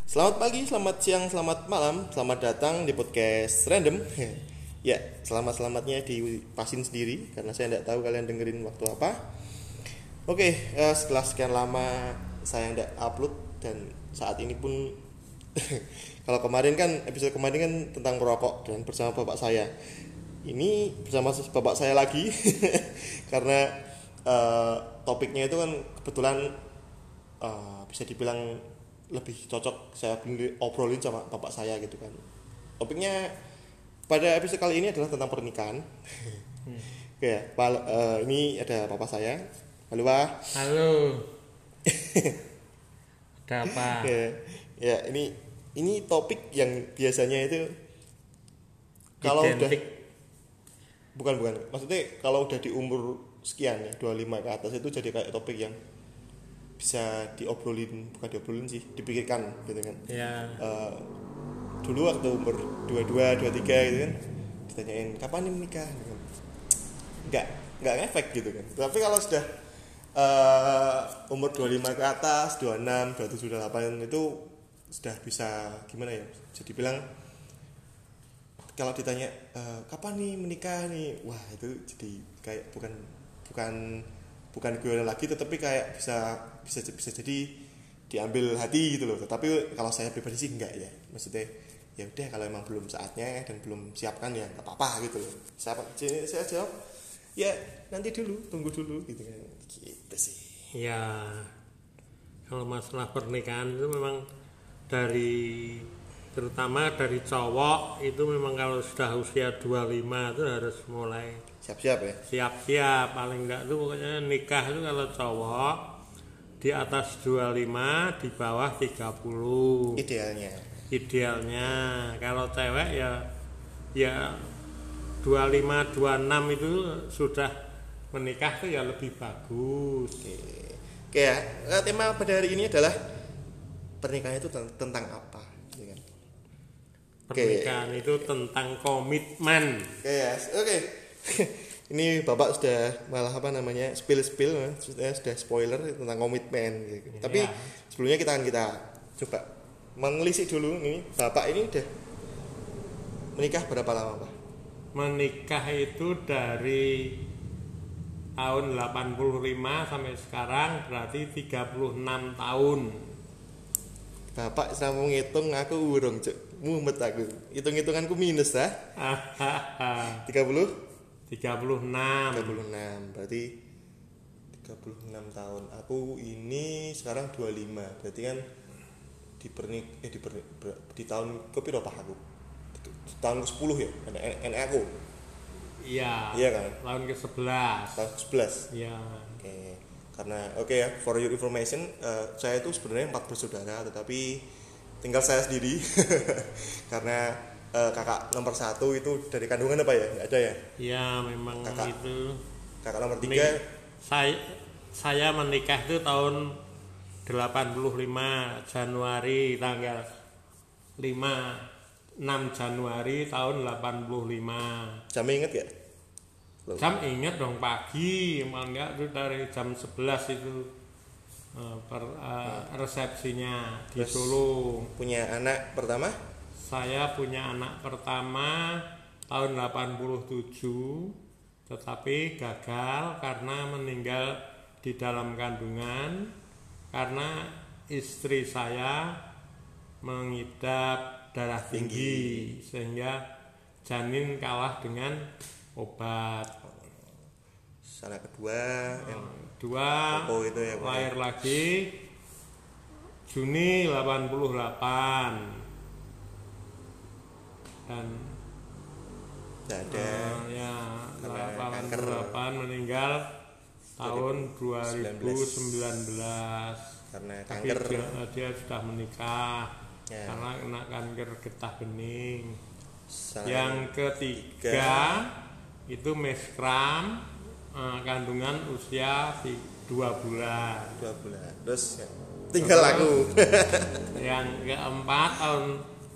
Selamat pagi, selamat siang, selamat malam. Selamat datang di podcast Random. Ya, selamat-selamatnya dipasin sendiri karena saya tidak tahu kalian dengerin waktu apa. Oke, setelah sekian lama saya tidak upload dan saat ini pun kalau kemarin kan episode kemarin kan tentang merokok dan bersama bapak saya. Ini bersama bapak saya lagi karena topiknya itu kan kebetulan bisa dibilang lebih cocok saya obrolin sama bapak saya gitu kan. Topiknya pada episode kali ini adalah tentang pernikahan. Oke ya, ini ada bapak saya. Halo Pak. Halo. Ada apa? Ya, ini topik yang biasanya itu kalau Identik. udah bukan. Maksudnya kalau udah di umur sekian ya, 25 ke atas itu jadi kayak topik yang bisa bukan diobrolin sih, dipikirkan gitu kan. Ya. Dulu waktu umur 22, 23 gitu kan ditanyain kapan nih menikah gitu kan. Enggak ngefek gitu kan. Tapi kalau sudah umur 25 ke atas, 26, 27, 28 itu sudah bisa gimana ya? Jadi bilang kalau ditanya kapan nih menikah nih, wah itu jadi kayak bukan gue lagi, tetapi kayak bisa jadi diambil hati gitu loh. Tetapi kalau saya pribadi sih enggak ya, maksudnya ya udah kalau emang belum saatnya dan belum siapkan ya nggak apa-apa gitu loh. Saya jawab ya nanti dulu, tunggu dulu gitu kan, gitu sih. Ya. Kalau masalah pernikahan itu memang terutama dari cowok itu memang kalau sudah usia 25 itu harus mulai Siap-siap ya. siap-siap, paling enggak itu pokoknya nikah itu kalau cowok di atas 25, di bawah 30 idealnya. Kalau cewek ya 25 26 itu sudah menikah tuh ya lebih bagus. Oke ya, tema pada hari ini adalah pernikahan itu tentang apa gitu kan. Pernikahan itu tentang komitmen. Oke. Ini bapak sudah malah spill sudah spoiler tentang komitmen gitu. Ya. Tapi sebelumnya kita coba mengelisik dulu nih, bapak ini udah menikah berapa lama Pak? Menikah itu dari tahun 85 sampai sekarang berarti 36 tahun. Bapak sama ngitung aku urung cuk, mumet aku. Hitung-hitunganku minus 30 36 berarti 36 tahun. Aku ini sekarang 25. Berarti kan di tahun ke piro Pak aku? Tahun ke-10 ya, nenek aku. Iya kan? Tahun ke-11. Tahun ke-11. Iya. Karena ya, for your information, saya itu sebenarnya 4 bersaudara, tetapi tinggal saya sendiri. Karena kakak nomor 1 itu dari kandungan apa ya? Nggak ada ya? Iya, memang itu. Kakak nomor 3 saya menikah itu tahun 85 Januari tanggal 6 Januari tahun 85. Jam inget gak? Jam inget dong, pagi, enggak itu dari jam 11 itu resepsinya di Solo. Punya anak pertama? Saya punya anak pertama tahun 87, tetapi gagal karena meninggal di dalam kandungan karena istri saya mengidap darah tinggi sehingga janin kalah dengan obat. Anak kedua yang dua itu ya, lahir lagi Juni 88 dan ada ya 88 kanker. meninggal tahun 2019 karena tapi kanker. dia sudah menikah Ya. karena kena kanker getah bening. Salah. Yang ketiga itu meskram, kandungan usia 2 bulan. Terus tinggal aku. Yang keempat tahun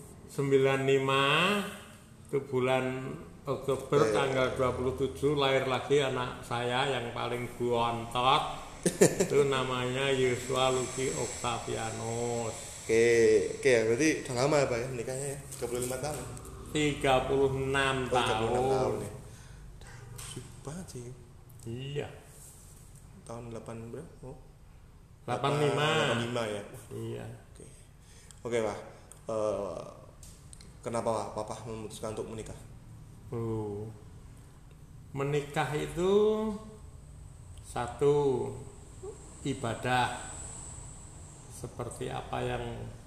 95 itu bulan Oktober tanggal 27 lahir lagi anak saya yang paling bontot. Itu namanya Yuswa Luki Octavianus. Oke ya, berarti udah lama ya Pak ya menikahnya ya? 35 tahun. 36 tahun. 36 tahun ya. Sibuk banget sih. Iya. Tahun 8 berapa? Oh. 85 ya. Iya. Oke Pak. Kenapa Pak Papa memutuskan untuk menikah? Menikah itu satu ibadah seperti apa yang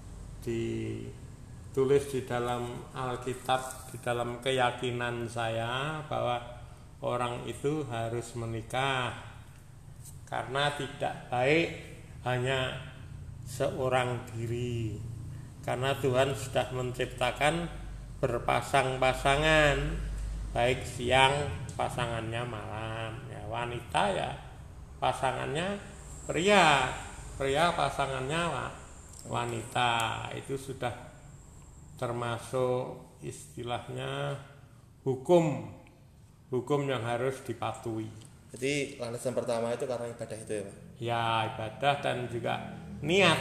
ditulis di dalam Alkitab, di dalam keyakinan saya bahwa orang itu harus menikah karena tidak baik hanya seorang diri, karena Tuhan sudah menciptakan berpasang-pasangan, baik siang pasangannya malam, ya wanita ya pasangannya pria pasangannya wanita. Itu sudah termasuk istilahnya hukum yang harus dipatuhi. Jadi landasan pertama itu karena ibadah itu ya Pak? Ya ibadah dan juga niat.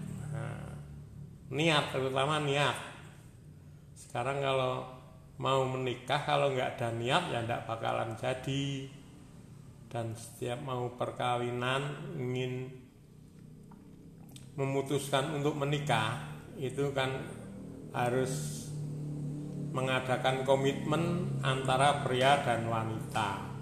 Niat, terutama niat. Sekarang kalau mau menikah kalau nggak ada niat ya nggak bakalan jadi. Dan setiap mau perkawinan ingin memutuskan untuk menikah itu kan harus mengadakan komitmen antara pria dan wanita.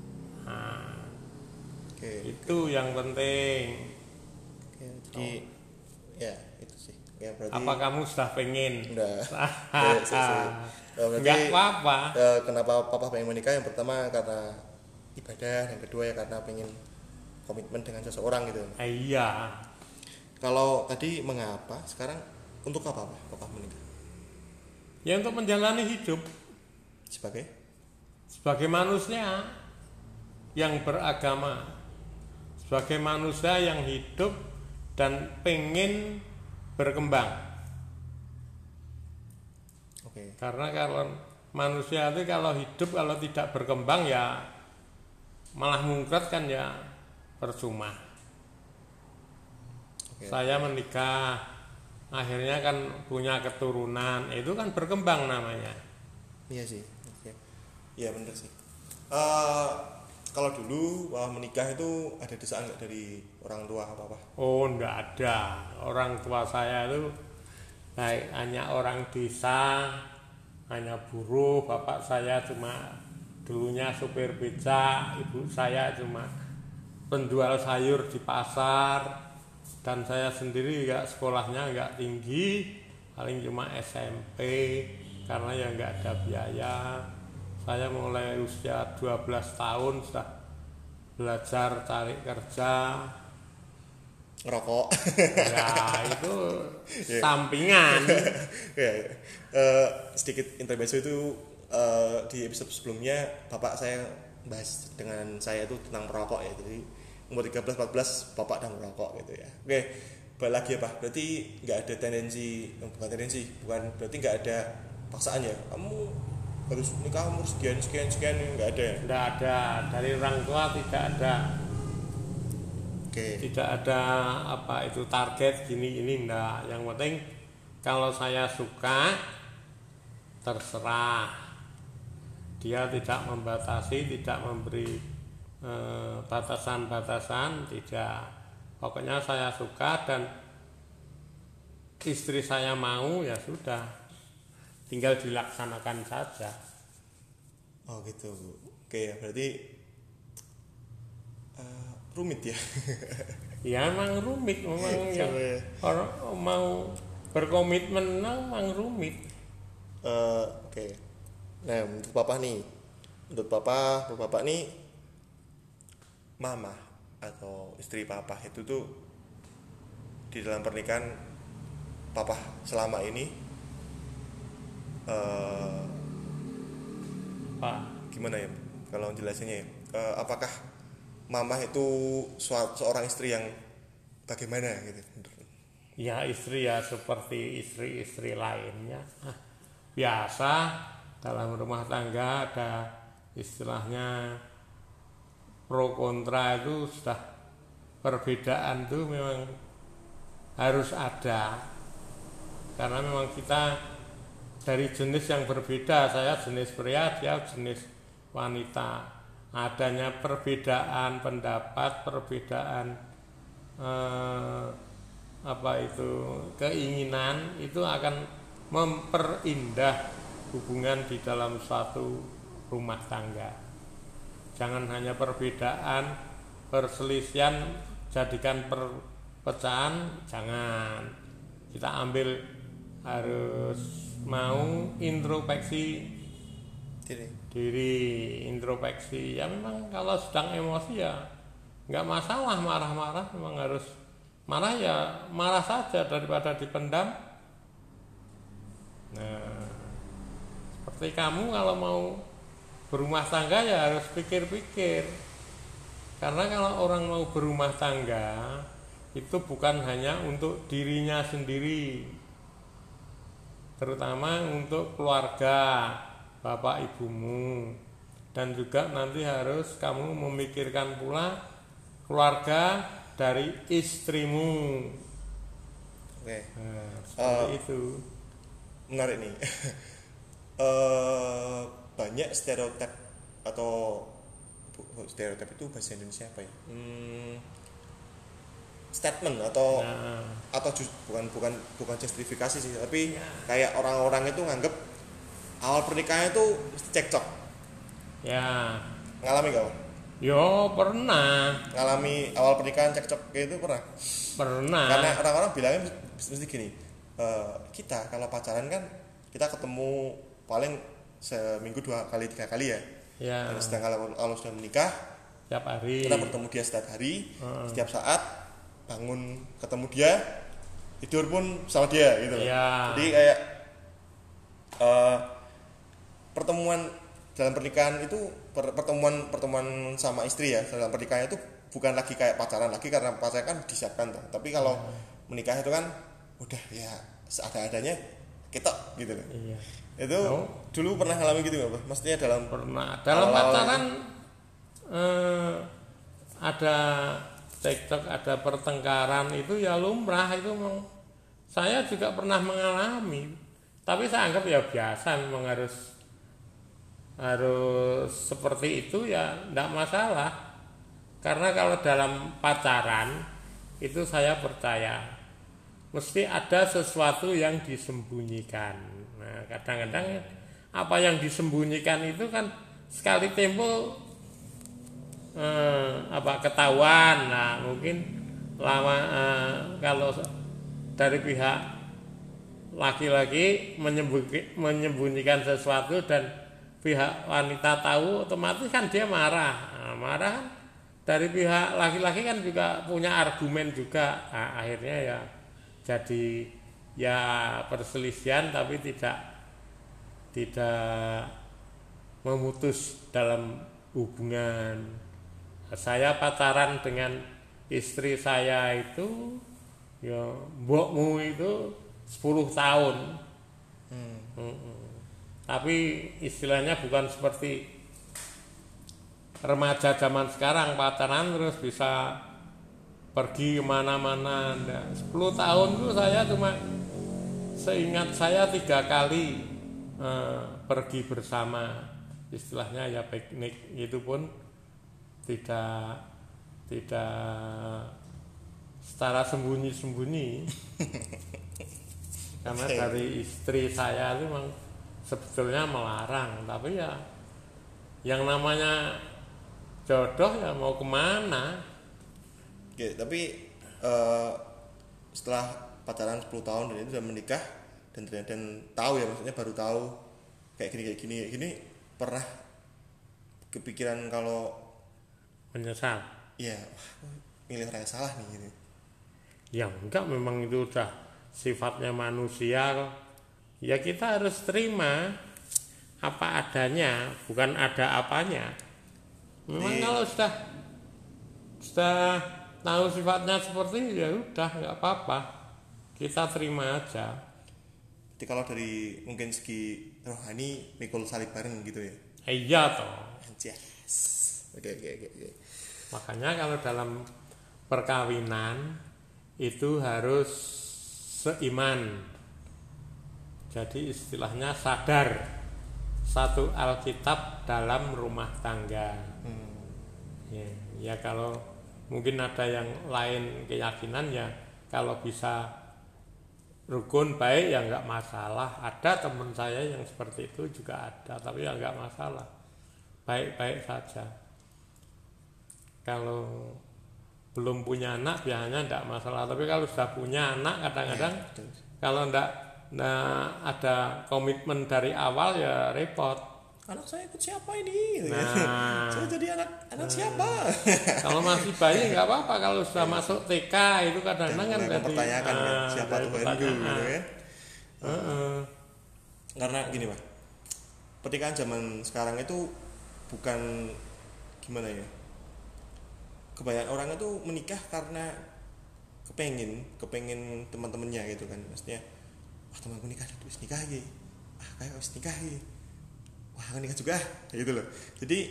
Itu yang penting. Jadi ya itu sih. Ya, berarti, apa kamu sudah pengen? Enggak. Enggak apa-apa. Kenapa Papa pengen menikah? Yang pertama karena ibadah, yang kedua ya karena pengen komitmen dengan seseorang gitu. Iya. Kalau tadi mengapa, sekarang untuk apa Papa menikah? Ya untuk menjalani hidup sebagai manusia yang beragama, sebagai manusia yang hidup dan pengen berkembang. Karena kalau manusia itu kalau hidup kalau tidak berkembang ya malah mungkrat kan ya percuma. Saya menikah akhirnya kan punya keturunan, itu kan berkembang namanya. Iya sih. Iya benar sih. Kalau dulu menikah itu ada desakan nggak dari orang tua apa? Oh enggak ada. Orang tua saya itu baik hanya orang desa, hanya buruh. Bapak saya cuma dulunya supir beca, ibu saya cuma penjual sayur di pasar, dan saya sendiri juga sekolahnya nggak tinggi, paling cuma SMP karena ya nggak ada biaya. Saya mulai usia 12 tahun sudah belajar cari kerja. Ngerokok. Ya itu sampingan. Sedikit intermezzo itu di episode sebelumnya Bapak saya bahas dengan saya itu tentang merokok ya. Jadi umur 13-14 Bapak udah merokok gitu ya. Oke, balik lagi ya Pak. Berarti nggak ada berarti nggak ada paksaan ya. Kamu harus nikah umur sekian nggak ada ya? Nggak ada, dari orang tua tidak ada. Tidak ada apa itu target gini enggak. Yang penting kalau saya suka terserah. Dia tidak membatasi, tidak memberi batasan-batasan, tidak. Pokoknya saya suka dan istri saya mau ya sudah. Tinggal dilaksanakan saja. Oh gitu Bu. Oke ya berarti rumit ya. Ya emang rumit, memang ya. Orang mau berkomitmen memang rumit. Oke. Nah untuk Bapak nih, mama atau istri Papa itu tuh di dalam pernikahan Papa selama ini gimana ya kalau jelasinnya ya? Apakah mama itu seorang istri yang bagaimana gitu? Ya istri ya seperti istri-istri lainnya, biasa dalam rumah tangga ada istilahnya pro kontra, itu sudah perbedaan tuh memang harus ada. karena memang kita dari jenis yang berbeda, saya jenis pria, dia jenis wanita. Adanya perbedaan pendapat, perbedaan keinginan itu akan memperindah hubungan di dalam suatu rumah tangga. Jangan hanya perbedaan, perselisihan jadikan perpecahan, jangan. Kita ambil, harus mau introspeksi diri, introspeksi. Ya memang kalau sedang emosi ya nggak masalah marah-marah, memang harus marah ya marah saja daripada dipendam. Nah, seperti kamu kalau mau berumah tangga ya harus pikir-pikir, karena kalau orang mau berumah tangga itu bukan hanya untuk dirinya sendiri, terutama untuk keluarga, bapak ibumu, dan juga nanti harus kamu memikirkan pula keluarga dari istrimu. Oke. Nah, seperti itu. Menarik nih. Banyak stereotip atau stereotip itu bahasa Indonesia apa ya? Statement atau bukan justifikasi sih, tapi kayak orang-orang itu nganggep awal pernikahan itu cekcok. Ya. Ngalami gak? Yo pernah. Ngalami awal pernikahan cekcok kayak itu pernah? Pernah. Karena orang-orang bilangnya mesti gini, kita kalau pacaran kan kita ketemu paling seminggu 2 kali 3 kali ya. Ya. Sedangkan kalau sudah menikah setiap hari kita bertemu dia setiap hari, setiap saat bangun ketemu dia, tidur pun sama dia gitu loh. Ya. Jadi kayak pertemuan dalam pernikahan itu pertemuan sama istri ya dalam pernikahan itu bukan lagi kayak pacaran lagi, karena pacaran kan disiapkan tuh. Tapi kalau menikah itu kan udah ya seadanya kita gitu loh. Iya. Itu dulu pernah ngalamin gitu nggak, Pak? Maksudnya dalam pacaran ada cekcok, ada pertengkaran, itu ya lumrah, itu memang saya juga pernah mengalami. Tapi saya anggap ya biasa, memang harus seperti itu ya tidak masalah. Karena kalau dalam pacaran itu saya percaya mesti ada sesuatu yang disembunyikan. Nah, kadang-kadang apa yang disembunyikan itu kan sekali tempo ketahuan. Nah, mungkin lama kalau dari pihak laki-laki menyembunyikan sesuatu dan pihak wanita tahu, otomatis kan dia marah. Nah, marah kan dari pihak laki-laki kan juga punya argumen juga. Nah, akhirnya ya jadi ya perselisihan, tapi tidak memutus dalam hubungan. Saya pacaran dengan istri saya itu ya mbokmu itu 10 tahun. Tapi istilahnya bukan seperti remaja zaman sekarang pacaran terus bisa pergi kemana-mana. 10 tahun itu saya cuma seingat saya 3 kali pergi bersama, istilahnya ya piknik, itu pun tidak secara sembunyi-sembunyi. Karena dari istri saya itu memang sebetulnya melarang, tapi ya yang namanya jodoh ya mau kemana. Oke, tapi setelah pacaran 10 tahun dan itu sudah menikah dan tahu ya, maksudnya baru tahu kayak gini, pernah kepikiran kalau menyesal? Iya, milih orang yang salah nih gitu. Ya enggak, memang itu udah sifatnya manusia kok. Ya kita harus terima apa adanya, bukan ada apanya. Memang kalau sudah tahu sifatnya seperti itu ya udah nggak apa-apa, kita terima aja. Jadi kalau dari mungkin segi rohani mikul salib bareng gitu ya? Iya toh. Yes. Oke. Makanya kalau dalam perkawinan itu harus seiman, Jadi istilahnya sadar, satu Alkitab dalam rumah tangga. Ya kalau mungkin ada yang lain keyakinan ya, kalau bisa rukun baik ya nggak masalah. Ada teman saya yang seperti itu juga ada, tapi ya nggak masalah, baik-baik saja. Kalau belum punya anak biasanya nggak masalah, tapi kalau sudah punya anak kadang-kadang kalau nggak ada komitmen dari awal ya repot. Anak saya ikut siapa ini? Nah, saya jadi anak siapa? Kalau masih bayi nggak apa-apa, kalau sudah masuk TK itu kadang-kadang kan mempertanyakan siapa Tuhanku gitu kan. Karena gini Pak, pernikahan zaman sekarang itu bukan gimana ya, kebanyakan orang itu menikah karena kepengen teman-temannya gitu kan, maksudnya wah temanku nikah terus nikah lagi, kayak harus nikah lagi, wah nikah juga gitu loh. Jadi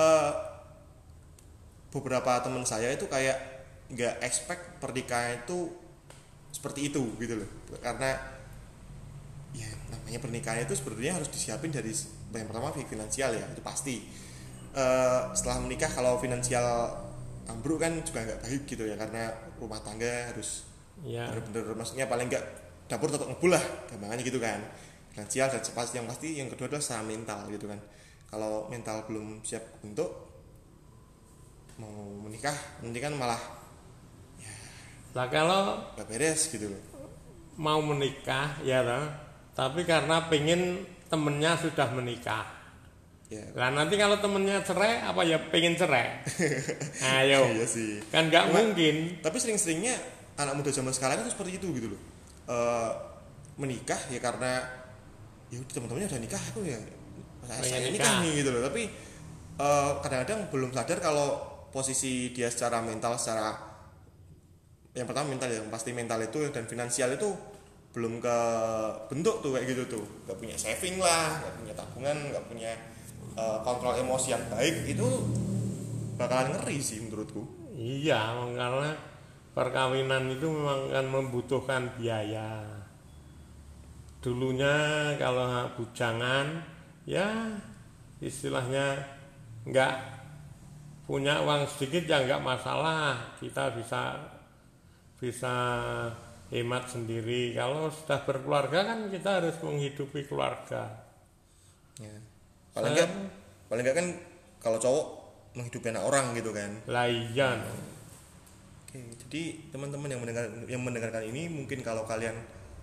beberapa teman saya itu kayak nggak expect pernikahan itu seperti itu gitu loh, karena ya namanya pernikahan itu sebetulnya harus disiapin dari yang pertama finansial ya, itu pasti. Setelah menikah kalau finansial ambruk kan juga nggak baik gitu ya, karena rumah tangga harus bener-bener, maksudnya paling nggak dapur tetap ngebul lah gampangannya gitu kan, finansial dan yang pasti yang kedua adalah secara mental gitu kan. Kalau mental belum siap untuk mau menikah nanti kan malah ya lah kalau nggak beres gitu loh. Mau menikah ya tapi karena pengen temennya sudah menikah. Lah nanti kalau temennya cerai apa ya pengen cerai? Ayo. Iya sih. Kan nggak mungkin. Tapi sering-seringnya anak muda zaman sekarang itu seperti itu gitu loh. Menikah ya karena ya teman-temannya udah nikah, aku ya saya nikah nih gitu loh. Tapi kadang-kadang belum sadar kalau posisi dia secara mental, secara yang pertama mental ya, pasti mental itu dan finansial itu belum ke bentuk tuh kayak gitu tuh. Gak punya saving lah, gak punya tabungan, gak punya kontrol emosi yang baik, itu bakalan ngeri sih menurutku. Iya, karena perkawinan itu memang kan membutuhkan biaya. Dulunya kalau bujangan ya istilahnya nggak punya uang sedikit ya nggak masalah, kita bisa hemat sendiri. Kalau sudah berkeluarga kan kita harus menghidupi keluarga ya. Paling nggak kan kalau cowok menghidupi anak orang gitu kan. Lah iya. Oke, jadi teman-teman yang mendengarkan ini mungkin kalau kalian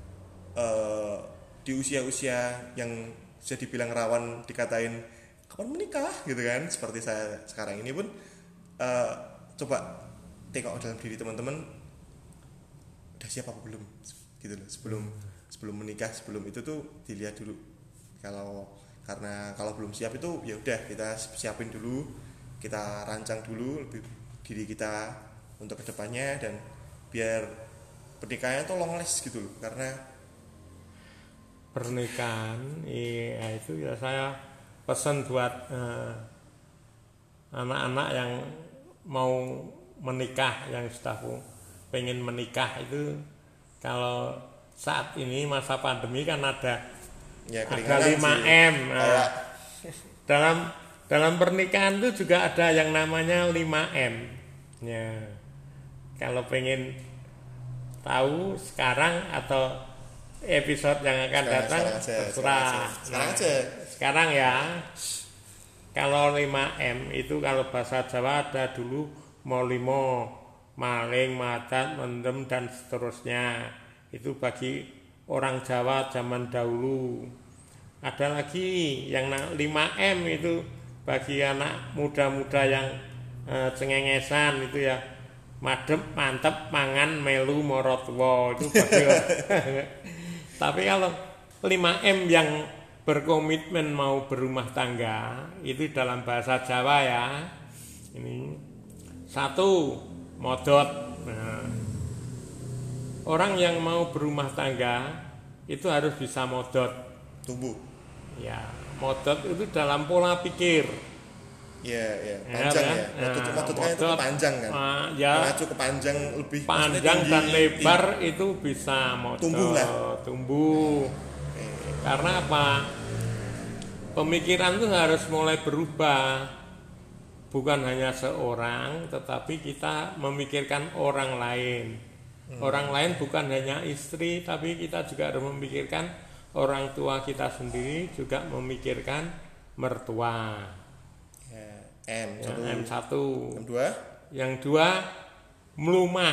di usia-usia yang bisa dibilang rawan dikatain kapan menikah gitu kan, seperti saya sekarang ini pun coba tengok dalam diri teman-teman udah siap apa belum gitu loh, sebelum menikah, sebelum itu tuh dilihat dulu. Karena kalau belum siap itu ya udah kita siapin dulu, kita rancang dulu lebih diri kita untuk kedepannya, dan biar pernikahannya tuh long last gitu loh. Karena pernikahan ya itu ya saya pesan buat anak-anak yang mau menikah, yang sudah pengen menikah itu, kalau saat ini masa pandemi kan ada 5M. Nah, dalam pernikahan itu juga ada yang namanya 5M. Ya. Kalau pengen tahu sekarang atau episode yang akan datang terserah. Sekarang ya. Kalau 5M itu kalau bahasa Jawa ada dulu molimo, maling, macat, mendem dan seterusnya. Itu bagi orang Jawa zaman dahulu. Ada lagi yang 5M itu bagi anak muda-muda yang cengengesan itu ya, madep, mantep, mangan, melu, morotuwo itu bagi Tapi kalau 5M yang berkomitmen mau berumah tangga itu dalam bahasa Jawa ya, ini 1, modot. Nah, orang yang mau berumah tangga itu harus bisa modot tubuh. Ya, modot itu dalam pola pikir. Iya, panjang ya. Modot kan itu panjang kan. Ya, mengacu ke panjang, lebih panjang tinggi, dan lebar tinggi. Itu bisa modot. Tumbuh lah. Tumbuh. Karena apa? Pemikiran itu harus mulai berubah. Bukan hanya seorang, tetapi kita memikirkan orang lain. Orang lain bukan hanya istri, tapi kita juga harus memikirkan orang tua kita sendiri, juga memikirkan mertua. M1. Yang dua melumah.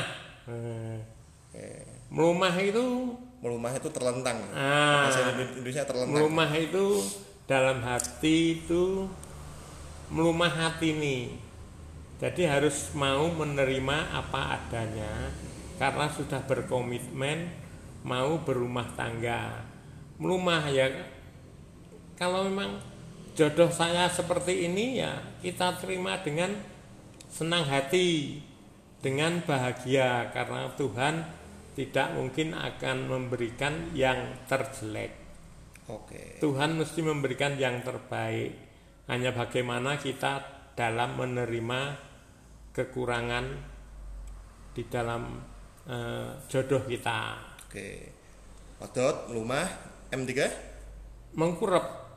Melumah itu terlentang. Bahasa Indonesia terlentang. Melumah itu dalam hati itu melumah hati nih. Jadi harus mau menerima apa adanya karena sudah berkomitmen mau berumah tangga. Melumah ya, kalau memang jodoh saya seperti ini ya kita terima dengan senang hati, dengan bahagia, karena Tuhan tidak mungkin akan memberikan yang terjelek. Tuhan mesti memberikan yang terbaik. Hanya bagaimana kita dalam menerima kekurangan di dalam jodoh kita. Odot, melumah, M3 mengkurep.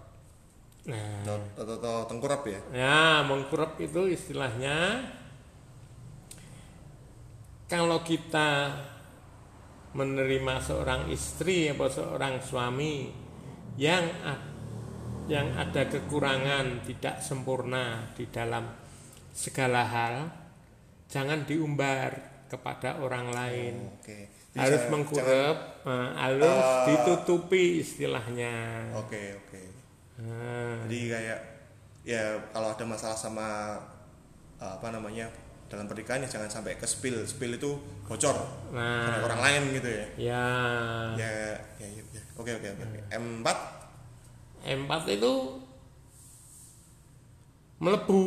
Atau tengkurap ya? Ya, mengkurep itu istilahnya kalau kita menerima seorang istri atau seorang suami yang ada kekurangan, tidak sempurna di dalam segala hal, jangan diumbar kepada orang lain. Harus mengkurep, harus ditutupi istilahnya. Jadi kayak ya kalau ada masalah sama dalam pernikahan ya jangan sampai ke spill itu bocor karena orang lain gitu ya. Oke. M4 itu melebu.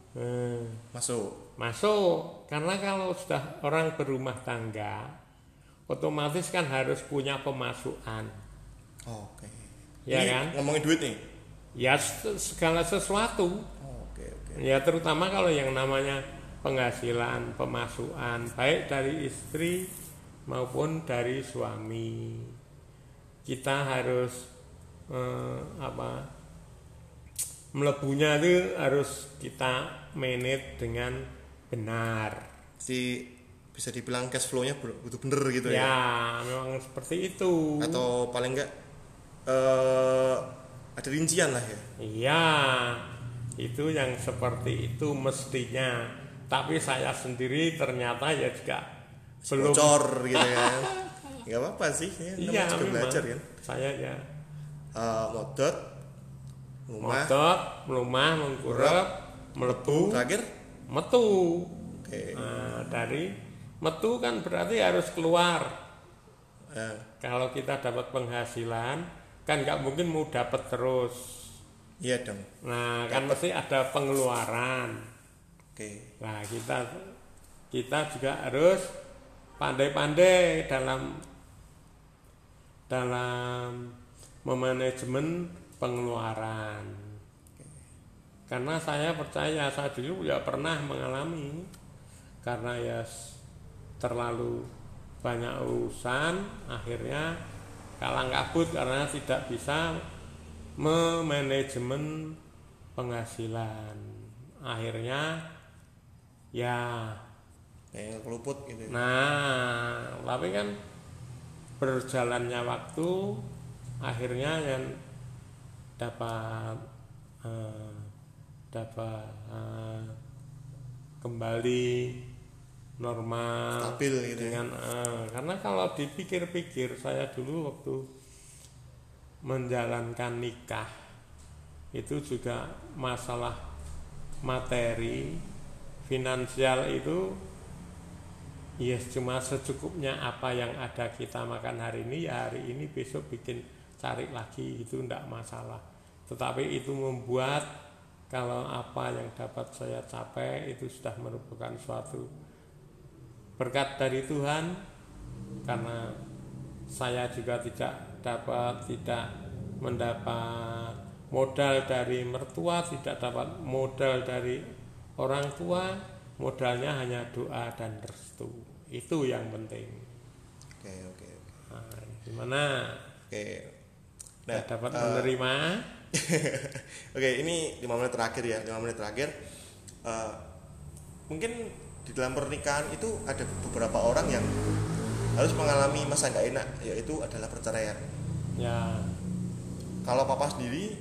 Masuk. Karena kalau sudah orang berumah tangga, otomatis kan harus punya pemasukan. Ya ini kan? Ngomongin duit nih. Ya segala sesuatu. Ya terutama kalau yang namanya penghasilan, pemasukan baik dari istri maupun dari suami. Kita harus melebunya itu harus kita manage dengan benar. Bisa dibilang cash flow-nya butuh bener gitu ya. Ya, memang seperti itu. Atau paling enggak ada rincian lah ya. Iya, itu yang seperti itu mestinya. Tapi saya sendiri ternyata ya juga belum bocor gitu ya. Enggak apa-apa sih, iya, juga belajar kan. Saya ya modot, melumah, mengkurep, melebu, terakhir metu. Nah, dari metu kan berarti harus keluar. Kalau kita dapat penghasilan kan nggak mungkin mau dapat terus. Iya dong. Nah, kan mesti ada pengeluaran. Nah, kita juga harus pandai-pandai dalam memanajemen pengeluaran. Karena saya percaya saya dulu ya pernah mengalami, karena ya terlalu banyak urusan, akhirnya kalang kabut karena tidak bisa memanajemen penghasilan. Akhirnya ya keluput gitu. Nah, tapi kan berjalannya waktu akhirnya yang dapat kembali normal, stabil gitu dengan karena kalau dipikir-pikir saya dulu waktu menjalankan nikah itu juga masalah materi finansial itu ya cuma secukupnya apa yang ada kita makan hari ini ya hari ini, besok cari lagi, itu tidak masalah. Tetapi itu membuat kalau apa yang dapat saya capai itu sudah merupakan suatu berkat dari Tuhan, karena saya juga tidak mendapat modal dari mertua, tidak dapat modal dari orang tua, modalnya hanya doa dan restu. Itu yang penting. Oke. Nah, gimana? Nah, dapat menerima. Oke, ini 5 menit terakhir ya, 5 menit terakhir. Mungkin di dalam pernikahan itu ada beberapa orang yang harus mengalami masa nggak enak, yaitu adalah perceraian. Ya. Kalau papa sendiri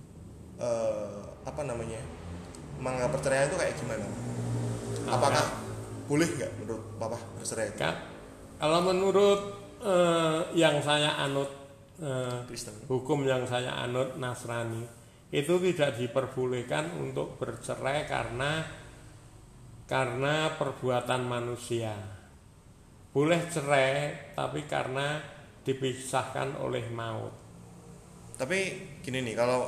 menganggap perceraian itu kayak gimana? Apakah boleh nggak menurut papa bercerai? Kalau menurut yang saya anut Kristen, hukum yang saya anut Nasrani, itu tidak diperbolehkan untuk bercerai karena perbuatan manusia. Boleh cerai tapi karena dipisahkan oleh maut. Tapi gini nih, kalau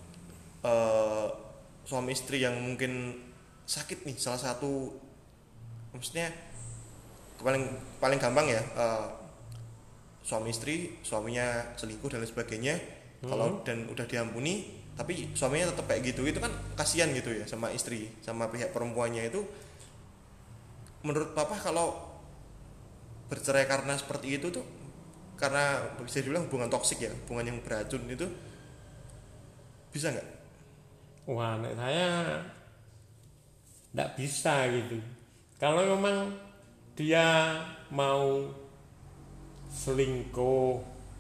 suami istri yang mungkin sakit nih, salah satu, maksudnya paling gampang ya, suami istri, suaminya selingkuh dan lain sebagainya, kalau dan udah diampuni tapi suaminya tetap kayak gitu, itu kan kasihan gitu ya sama istri, sama pihak perempuannya itu. Menurut papa kalau bercerai karena seperti itu tuh, karena bisa dibilang hubungan toksik ya, hubungan yang beracun itu, bisa nggak? Wah, saya nggak bisa gitu. Kalau memang dia mau selingkuh,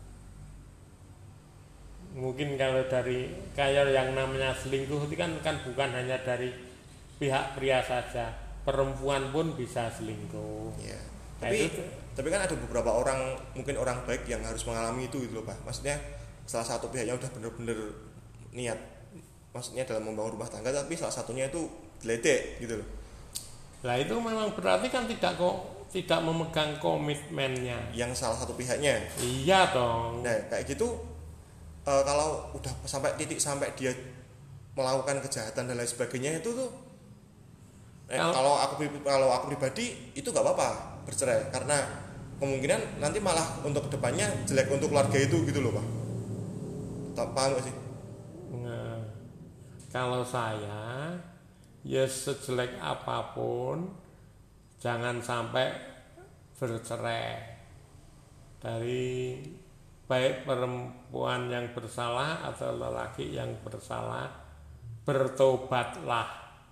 mungkin kalau dari kayak yang namanya selingkuh itu kan bukan hanya dari pihak pria saja, perempuan pun bisa selingkuh. Ya. Nah, tapi kan ada beberapa orang, mungkin orang baik yang harus mengalami itu gitu loh Pak. Maksudnya salah satu pihaknya udah bener-bener niat, maksudnya dalam membangun rumah tangga, tapi salah satunya itu geledek gitu loh. Nah itu memang berarti kan tidak memegang komitmennya. Yang salah satu pihaknya. Iya dong. Nah kayak gitu, kalau udah sampai titik sampai dia melakukan kejahatan dan lain sebagainya itu tuh, kalau aku pribadi itu nggak apa-apa bercerai, karena kemungkinan nanti malah untuk kedepannya jelek untuk keluarga itu gitu loh Pak. Paham gak sih? Nah, kalau saya ya sejelek apapun jangan sampai bercerai. Dari baik perempuan yang bersalah atau lelaki yang bersalah, bertobatlah.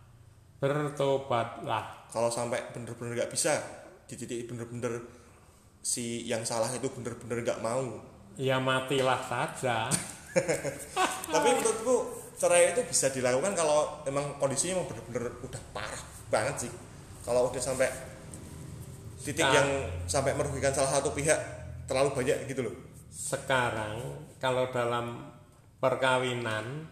Kalau sampai bener-bener gak bisa, di titik bener-bener si yang salah itu bener-bener gak mau, ya matilah saja. Tapi menurutku cerai itu bisa dilakukan kalau memang kondisinya memang bener-bener udah parah banget sih. Kalau udah sampai titik yang sampai merugikan salah satu pihak terlalu banyak gitu loh. Sekarang kalau dalam perkawinan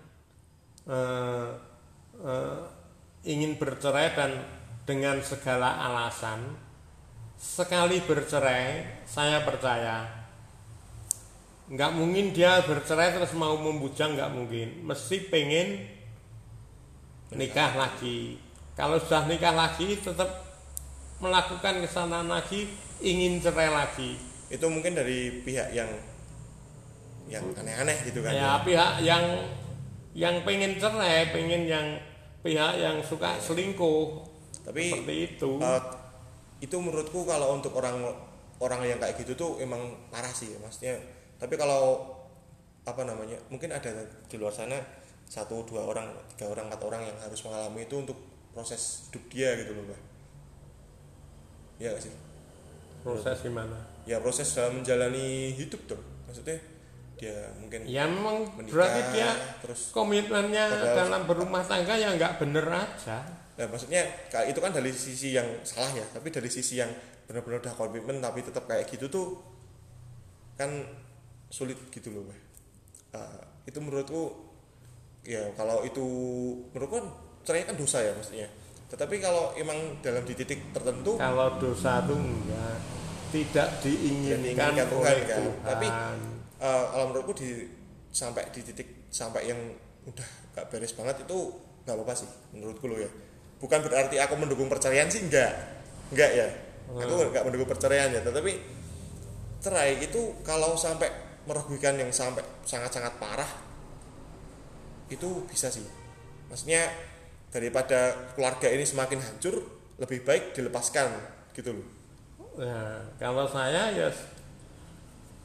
ingin bercerai dan dengan segala alasan, sekali bercerai saya percaya nggak mungkin dia bercerai terus mau membujang, nggak mungkin, mesti pengen nikah lagi. Kalau sudah nikah lagi tetap melakukan kesalahan lagi, ingin cerai lagi. Itu mungkin dari pihak yang aneh-aneh gitu kan ya. Pihak yang pengen cerai, pihak yang suka selingkuh. Tapi seperti itu. Itu menurutku kalau untuk orang yang kayak gitu tuh emang parah sih ya, maksudnya. Tapi kalau mungkin ada di luar sana 1, 2 orang, 3 orang, 4 orang yang harus mengalami itu untuk proses hidup dia gitu loh Mbak. Iya gak sih? Proses gimana? Ya proses dalam menjalani hidup tuh, maksudnya dia mungkin ya memang menikah, berarti dia terus komitmennya dalam berumah tangga ya nggak bener aja. Nah maksudnya itu kan dari sisi yang salah ya, tapi dari sisi yang benar-benar udah komitmen tapi tetap kayak gitu tuh kan sulit gitu loh Mbak. Itu menurutku ya, kalau itu menurutku cerai kan dosa ya maksudnya. Tetapi kalau emang dalam di titik tertentu, kalau dosa itu enggak, tidak diinginkan oleh Tuhan. Tapi kalau menurutku sampai di titik sampai yang udah gak beres banget itu gak apa-apa sih menurutku loh ya. Bukan berarti aku mendukung perceraian sih, enggak ya. Aku gak mendukung perceraian ya, tetapi cerai itu kalau sampai merugikan yang sampai sangat-sangat parah itu bisa sih. Maksudnya daripada keluarga ini semakin hancur, lebih baik dilepaskan gitu loh. Nah, kalau saya ya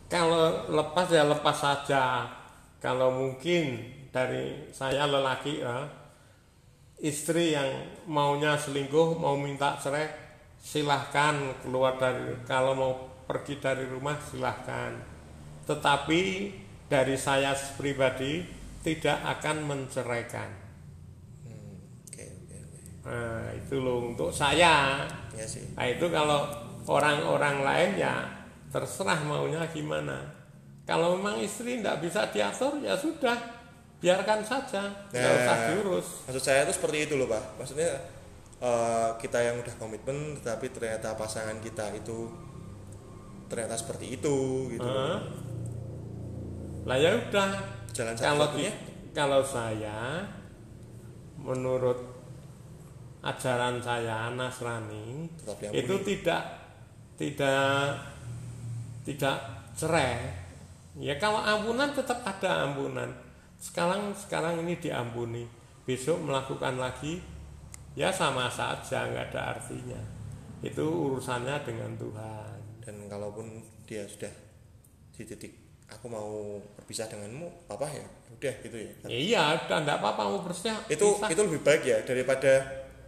Kalau lepas ya lepas saja. Kalau mungkin dari saya lelaki ya, istri yang maunya selingkuh, mau minta cerai, silahkan keluar dari, kalau mau pergi dari rumah silahkan. Tetapi dari saya pribadi tidak akan menceraikan. Nah itu loh untuk saya. Ya sih. Nah itu kalau orang-orang lain ya terserah maunya gimana. Kalau memang istri tidak bisa diatur ya sudah, biarkan saja, nggak usah diurus. Maksud saya itu seperti itu loh Pak. Maksudnya kita yang udah komitmen tetapi ternyata pasangan kita itu ternyata seperti itu gitu. Lah ya udah. Jalan satu-satunya. Kalau saya menurut ajaran saya Nasrani itu tidak cerai. Ya kalau ampunan tetap ada ampunan. Sekarang ini diampuni, besok melakukan lagi ya sama saja, nggak ada artinya. Itu urusannya dengan Tuhan. Dan kalaupun dia sudah di titik aku mau berpisah denganmu, papa ya udah gitu ya kan? Iya udah enggak apa-apa mau berpisah. Itu lebih baik ya daripada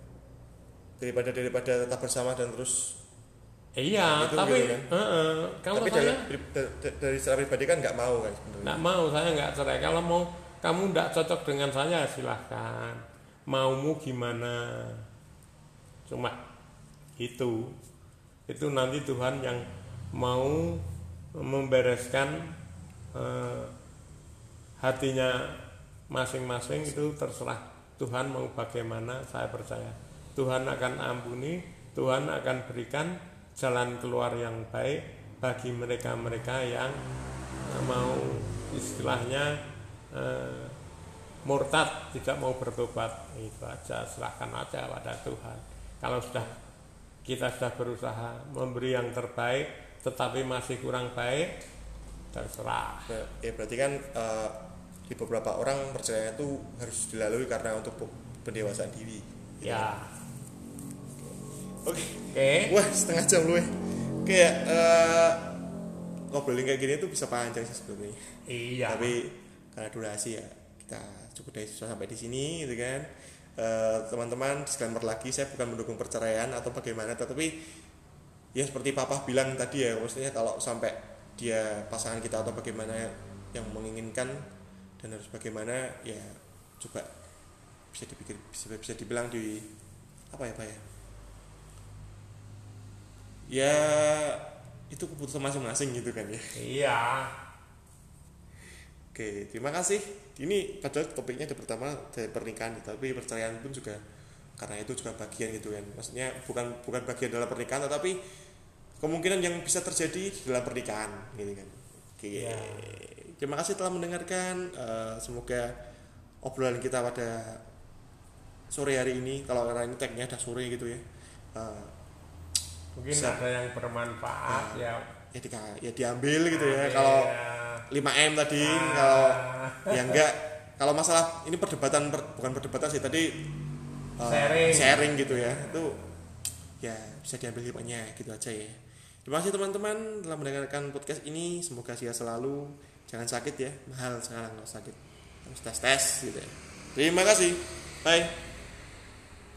tetap bersama dan terus. Iya gitu, tapi gitu kan? Kalau tapi saya dari secara pribadi kan nggak mau kan sebenarnya. Nggak mau, saya nggak cerai. Kalau mau kamu nggak cocok dengan saya silahkan, maumu gimana, cuma itu nanti Tuhan yang mau membereskan hatinya masing-masing. Itu terserah Tuhan mau bagaimana. Saya percaya Tuhan akan ampuni, Tuhan akan berikan jalan keluar yang baik bagi mereka-mereka yang mau istilahnya murtad, tidak mau bertobat. Itu aja, serahkan aja pada Tuhan. Kalau kita sudah berusaha memberi yang terbaik tetapi masih kurang baik, terserah. Ya berarti kan di beberapa orang percaya itu harus dilalui karena untuk pendewasaan diri. Ya. Oke. Wah, setengah jam lu ya. Kayak ngobrolin kayak gini tuh bisa panjang sih sebenarnya. Iya. Tapi karena durasi ya kita cukup sampai di sini gitu kan. Teman-teman, disclaimer lagi, saya bukan mendukung perceraian atau bagaimana, tetapi ya seperti papa bilang tadi ya, maksudnya kalau sampai dia pasangan kita atau bagaimana yang menginginkan dan harus bagaimana ya coba bisa dibilang di apa ya Pak ya itu keputusan masing-masing gitu kan ya. Iya. Oke, terima kasih. Ini padahal topiknya ada pertama dari pernikahan, tapi perceraian pun juga karena itu juga bagian gitu kan. Maksudnya bukan bagian dalam pernikahan, tetapi kemungkinan yang bisa terjadi dalam pernikahan gitu kan. Oke. Ya. Terima kasih telah mendengarkan. Semoga obrolan kita pada sore hari ini, kalau karena ini tag-nya ada sore gitu ya. Mungkin ada yang bermanfaat ya diambil gitu ya. Kalau 5M tadi, kalau ya enggak, kalau masalah ini perdebatan bukan perdebatan sih tadi, sharing gitu ya, itu ya bisa diambil hikmahnya gitu aja ya. Terima kasih teman-teman telah mendengarkan podcast ini, semoga sehat selalu, jangan sakit ya, mahal sekarang kalau sakit, harus tes gitu ya. Terima kasih, bye.